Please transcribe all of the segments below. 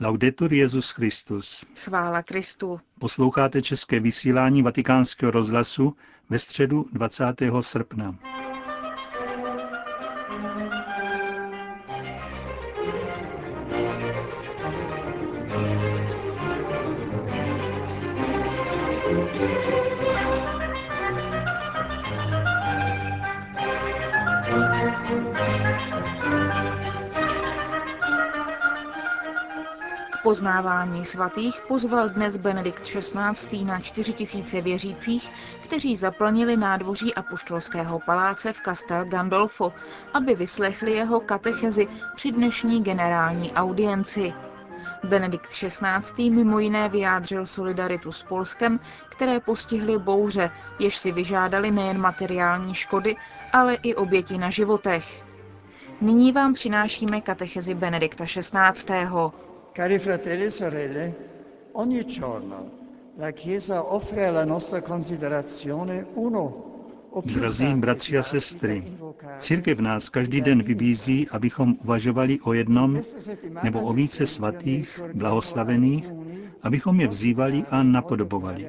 Laudetur Jesus Christus. Chvála Kristu. Posloucháte české vysílání Vatikánského rozhlasu ve středu 20. srpna. K poznávání svatých pozval dnes Benedikt XVI. Na 4 000 věřících, kteří zaplnili nádvoří apoštolského paláce v Castel Gandolfo, aby vyslechli jeho katechezi při dnešní generální audienci. Benedikt XVI. Mimo jiné vyjádřil solidaritu s Polskem, které postihly bouře, jež si vyžádali nejen materiální škody, ale i oběti na životech. Nyní vám přinášíme katechezi Benedikta XVI. Cari fratelli e sorelle, ogni giorno la Chiesa offre alla nostra considerazione uno o più Drazí bratři a sestry, církev nás každý den vybízí, abychom uvažovali o jednom nebo o více svatých, blahoslavených, abychom je vzývali a napodobovali.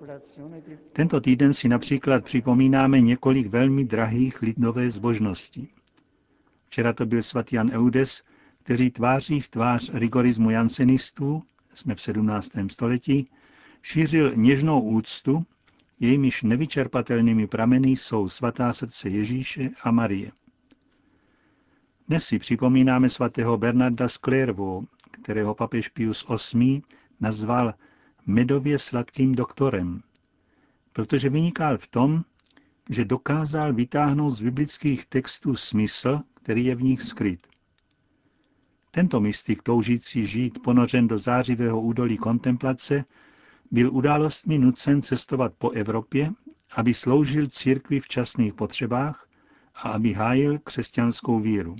Tento týden si například připomínáme několik velmi drahých lidové zbožností. Včera to byl svatý Jan Eudes, který tváří v tvář rigorismu jansenistů, jsme v 17. století, šířil něžnou úctu, jejímiž nevyčerpatelnými prameny jsou svatá srdce Ježíše a Marie. Dnes si připomínáme svatého Bernarda z Clairvaux, kterého papež Pius VIII. Nazval medově sladkým doktorem, protože vynikal v tom, že dokázal vytáhnout z biblických textů smysl, který je v nich skryt. Tento mystik toužící žít ponořen do zářivého údolí kontemplace byl událostmi nucen cestovat po Evropě, aby sloužil církvi v časných potřebách a aby hájil křesťanskou víru.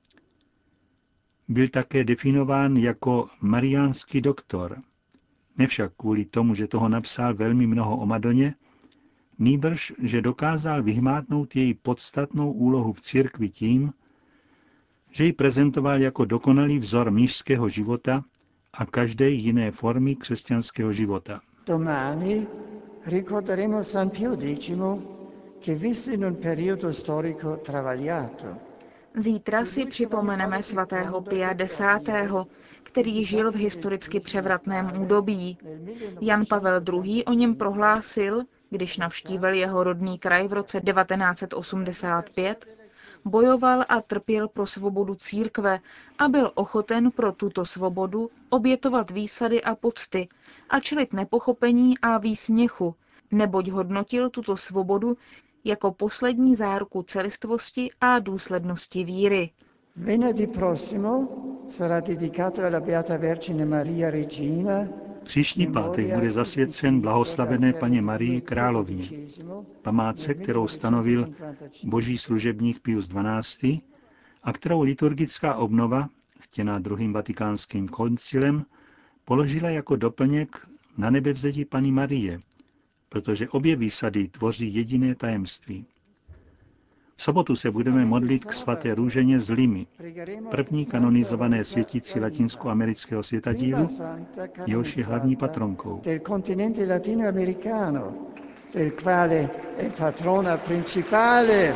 Byl také definován jako mariánský doktor, ne však kvůli tomu, že toho napsal velmi mnoho o Madoně, nýbrž, že dokázal vyhmátnout její podstatnou úlohu v církvi tím, že ji prezentoval jako dokonalý vzor mnišského života a každé jiné formy křesťanského života. Domani ricorderemo San Pio X, che visse in un periodo storico travagliato. Zítra si připomeneme svatého Pia X., který žil v historicky převratném údobí. Jan Pavel II. O něm prohlásil, když navštívil jeho rodný kraj v roce 1985, bojoval a trpěl pro svobodu církve a byl ochoten pro tuto svobodu obětovat výsady a pocty a čelit nepochopení a výsměchu, neboť hodnotil tuto svobodu jako poslední záruku celistvosti a důslednosti víry. Venerdì prossimo sarà dedicato alla Beata Vergine Maria Regina. Příští pátek bude zasvěcen blahoslavené paně Marii Královně, památce, kterou stanovil boží služebník Pius XII. A kterou liturgická obnova, chtěná druhým vatikánským koncilem, položila jako doplněk na nebevzetí Panny Marie, protože obě výsady tvoří jediné tajemství. V sobotu se budeme modlit k svaté Růženě z Limy, první kanonizované světici latinskoamerického světadílu, jehož je hlavní patronkou. Del continente latinoamericano, del quale è patrona principale.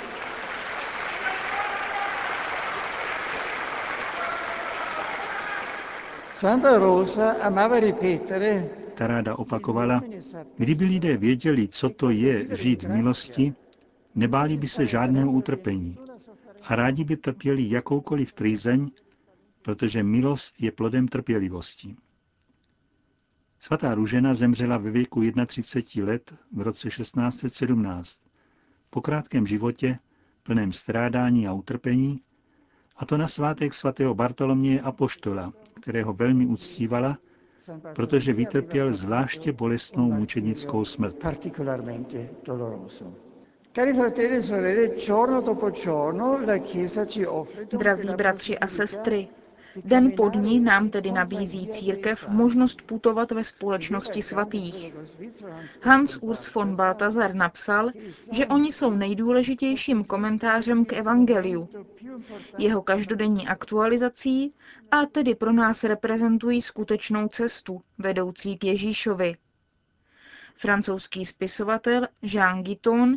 Santa Rosa amava ripetere. Ta ráda opakovala, kdyby lidé věděli, co to je žít v milosti, nebáli by se žádného utrpení a rádi by trpěli jakoukoliv trýzeň, protože milost je plodem trpělivosti. Svatá Růžena zemřela ve věku 31 let v roce 1617, po krátkém životě, plném strádání a utrpení, a to na svátek svatého Bartoloměje apoštola, kterého velmi uctívala, protože vytrpěl zvláště bolestnou mučednickou smrt. Drazí bratři a sestry, Den po dni nám tedy nabízí církev možnost putovat ve společnosti svatých. Hans Urs von Balthasar napsal, že oni jsou nejdůležitějším komentářem k evangeliu, jeho každodenní aktualizací a tedy pro nás reprezentují skutečnou cestu, vedoucí k Ježíšovi. Francouzský spisovatel Jean Guiton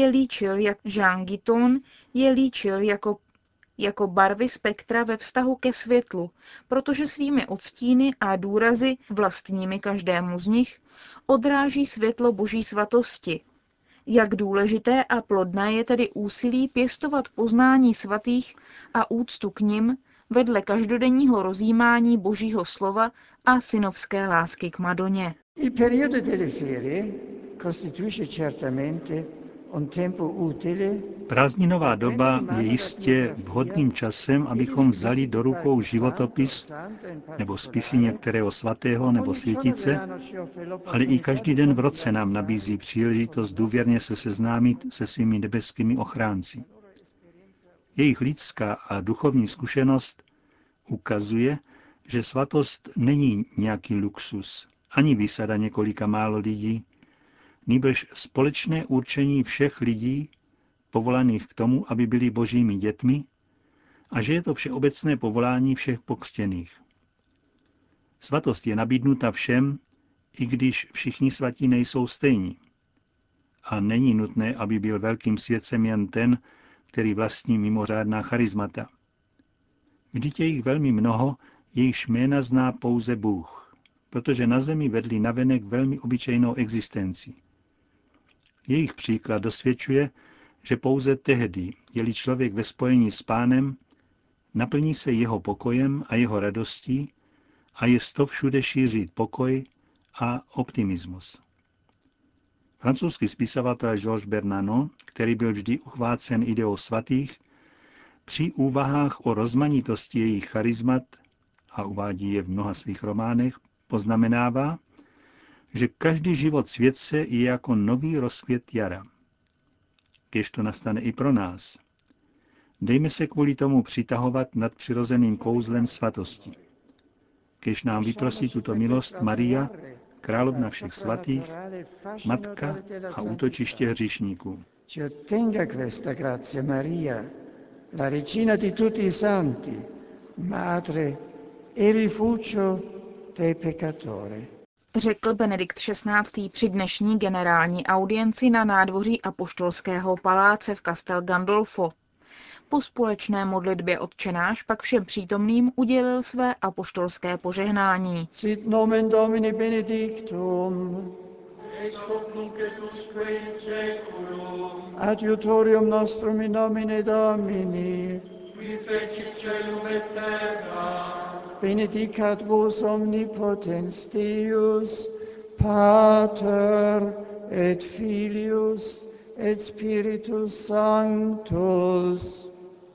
je líčil jako barvy spektra ve vztahu ke světlu, protože svými odstíny a důrazy vlastními každému z nich odráží světlo Boží svatosti. Jak důležité a plodné je tedy úsilí pěstovat poznání svatých a úctu k nim vedle každodenního rozjímání Božího slova a synovské lásky k Madoně. Il periodo delle ferie costituisce certamente un tempo utile. Prázdninová doba je jistě vhodným časem, abychom vzali do rukou životopis nebo spisy některého svatého nebo světice, ale i každý den v roce nám nabízí příležitost důvěrně se seznámit se svými nebeskými ochránci. Jejich lidská a duchovní zkušenost ukazuje, že svatost není nějaký luxus, ani výsada několika málo lidí, nýbrž společné určení všech lidí, povolaných k tomu, aby byli božími dětmi, a že je to všeobecné povolání všech pokřtěných. Svatost je nabídnuta všem, i když všichni svatí nejsou stejní. A není nutné, aby byl velkým svědcem jen ten, který vlastní mimořádná charismata. Vždyť je jich velmi mnoho, jejichž jména zná pouze Bůh, protože na zemi vedli navenek velmi obyčejnou existenci. Jejich příklad dosvědčuje, že pouze tehdy, je-li člověk ve spojení s Pánem, naplní se jeho pokojem a jeho radostí a je to všude šířit pokoj a optimismus. Francouzský spisovatel Georges Bernanos, který byl vždy uchvácen ideou svatých, při úvahách o rozmanitosti jejich charizmat, a uvádí je v mnoha svých románech, poznamenává, že každý život světce je jako nový rozkvět jara. Kéž to nastane i pro nás. Dejme se kvůli tomu přitahovat nad přirozeným kouzlem svatosti. Kéž nám vyprosí tuto milost Maria, královna všech svatých, matka a útočiště hříšníků. Ci ottenga questa grazia Maria, la regina di tutti i santi, madre e rifugio dei peccatori. Řekl Benedikt XVI. Při dnešní generální audienci na nádvoří Apoštolského paláce v Castel Gandolfo. Po společné modlitbě Otčenáš pak všem přítomným udělil své apoštolské požehnání. Sit nomen Domini benedictum, ex hoc nunc et usque in seculum, adiutorium nostrum in nomine Domini, qui fecit celum et terra, benedicat vos omnipotens Deus, Pater et Filius et Spiritus Sanctus.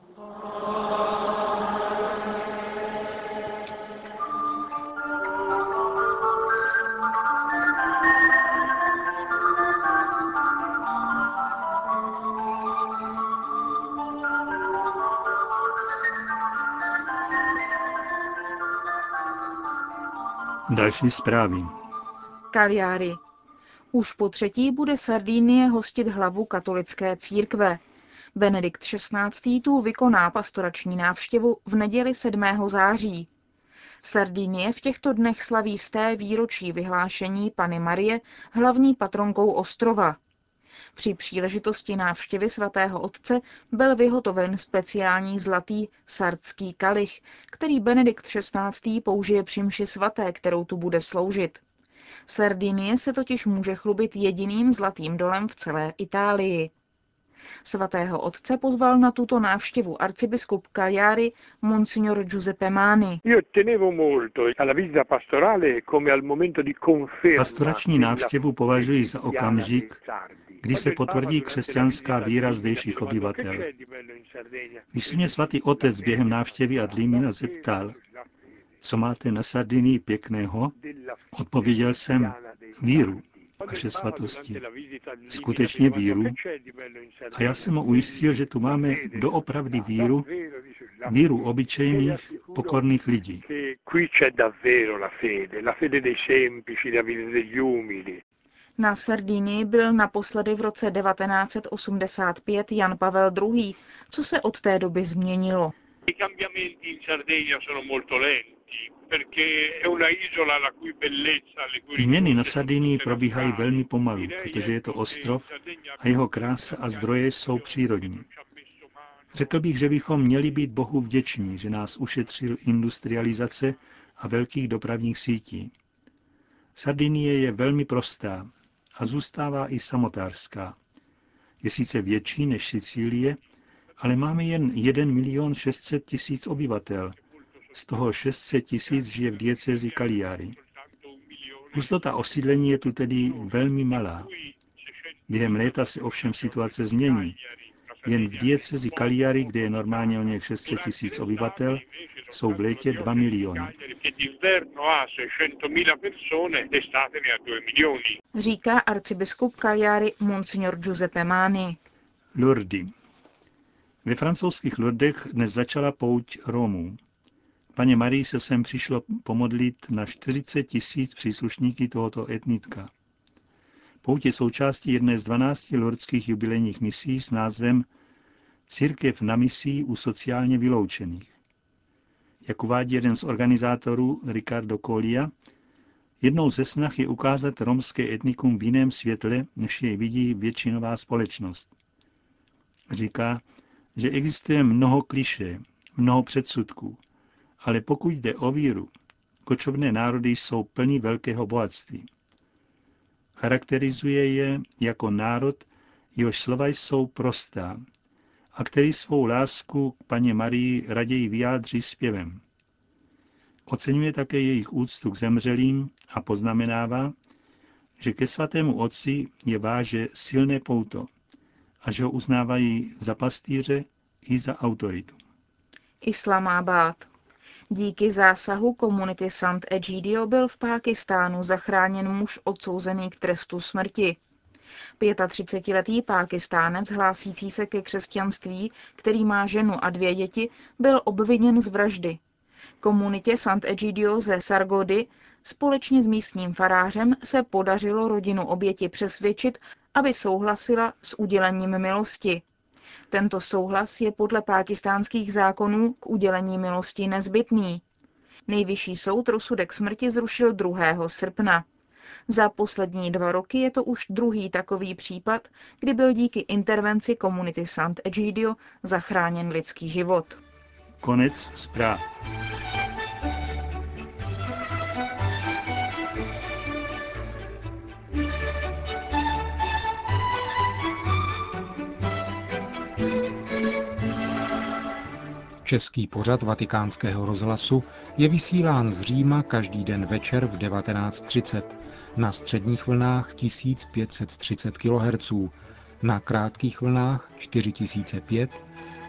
Další zprávy. Cagliari. Už po třetí bude Sardinie hostit hlavu katolické církve. Benedikt XVI. Tu vykoná pastorační návštěvu v neděli 7. září. Sardinie v těchto dnech slaví sté výročí vyhlášení Panny Marie hlavní patronkou ostrova. Při příležitosti návštěvy svatého otce byl vyhotoven speciální zlatý sardský kalich, který Benedikt XVI. Použije při mši svaté, kterou tu bude sloužit. Sardinie se totiž může chlubit jediným zlatým dolem v celé Itálii. Svatého otce pozval na tuto návštěvu arcibiskup Cagliari Monsignor Giuseppe Mani. Pastorační návštěvu považuji za okamžik, kdy se potvrdí křesťanská víra zdejších obyvatel. Když se mě svatý otec během návštěvy ad limina zeptal, co máte na Sardinii pěkného, odpověděl jsem víru, vaše svatosti, skutečně víru? A já jsem ho ujistil, že tu máme doopravdy víru, víru obyčejných, pokorných lidí. Na Sardinii byl naposledy v roce 1985 Jan Pavel II. Co se od té doby změnilo? Změny na Sardinii probíhají velmi pomalu, protože je to ostrov a jeho krása a zdroje jsou přírodní. Řekl bych, že bychom měli být Bohu vděční, že nás ušetřil industrializace a velkých dopravních sítí. Sardinie je velmi prostá a zůstává i samotářská. Je sice větší než Sicílie, ale máme jen 1 600 000 obyvatel, z toho 600 000 žije v diecézi Cagliari. Hustota osídlení je tu tedy velmi malá. Během léta se ovšem situace změní. Jen v diecézi Cagliari, kde je normálně o něch 600 000 obyvatel, jsou v létě 2 miliony. Říká arcibiskup Cagliari Monsignor Giuseppe Mani. Lourdes. Ve francouzských Lourdech dnes začala pouť Romů. Paně Marii se sem přišlo pomodlit na 40 000 příslušníky tohoto etnika. Pouť je součástí jedné z 12 lourdských jubilejních misí s názvem Církev na misii u sociálně vyloučených. Jak uvádí jeden z organizátorů, Riccardo Collia, jednou ze snah je ukázat romské etnikum v jiném světle, než jej vidí většinová společnost. Říká, že existuje mnoho klišé, mnoho předsudků, ale pokud jde o víru, kočovné národy jsou plní velkého bohatství. Charakterizuje je jako národ, jehož slova jsou prostá a který svou lásku k Panně Marii raději vyjádří zpěvem. Oceňuje také jejich úctu k zemřelým a poznamenává, že ke svatému otci je váže silné pouto a že ho uznávají za pastýře i za autoritu. Islamabad. Díky zásahu komunity Sant Egidio byl v Pákistánu zachráněn muž odsouzený k trestu smrti. 35letý Pákistánec hlásící se ke křesťanství, který má ženu a 2 děti, byl obviněn z vraždy. Komunitě Sant Egidio ze Sargody společně s místním farářem se podařilo rodinu oběti přesvědčit, aby souhlasila s udělením milosti. Tento souhlas je podle pákistánských zákonů k udělení milosti nezbytný. Nejvyšší soud rozsudek smrti zrušil 2. srpna. Za poslední 2 roky je to už druhý takový případ, kdy byl díky intervenci komunity Sant Egidio zachráněn lidský život. Konec zpráv. Český pořad Vatikánského rozhlasu je vysílán z Říma každý den večer v 19:30 na středních vlnách 1530 kHz, na krátkých vlnách 4005,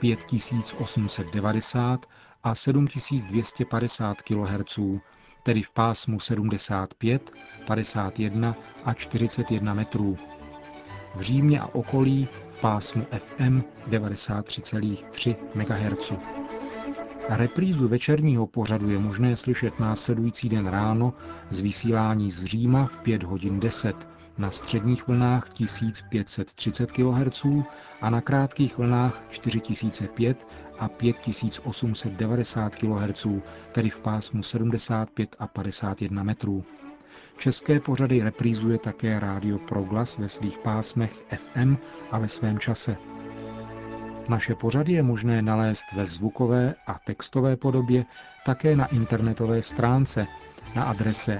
5890 a 7250 kHz, tedy v pásmu 75, 51 a 41 metrů. V Římě a okolí v pásmu FM 93,3 MHz. Reprízu večerního pořadu je možné slyšet následující den ráno z vysílání z Říma v 5:10 na středních vlnách 1530 kHz a na krátkých vlnách 4005 a 5890 kHz, tedy v pásmu 75 a 51 metrů. České pořady reprízuje také Rádio Proglas ve svých pásmech FM a ve svém čase. Naše pořady je možné nalézt ve zvukové a textové podobě také na internetové stránce na adrese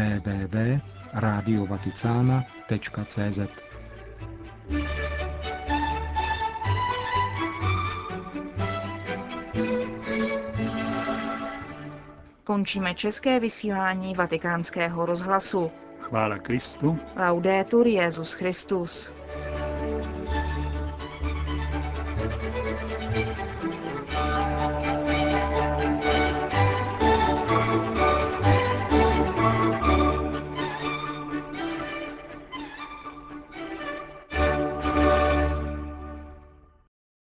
www.radiovaticana.cz. Končíme české vysílání Vatikánského rozhlasu. Chvála Kristu. Laudetur Jesus Christus.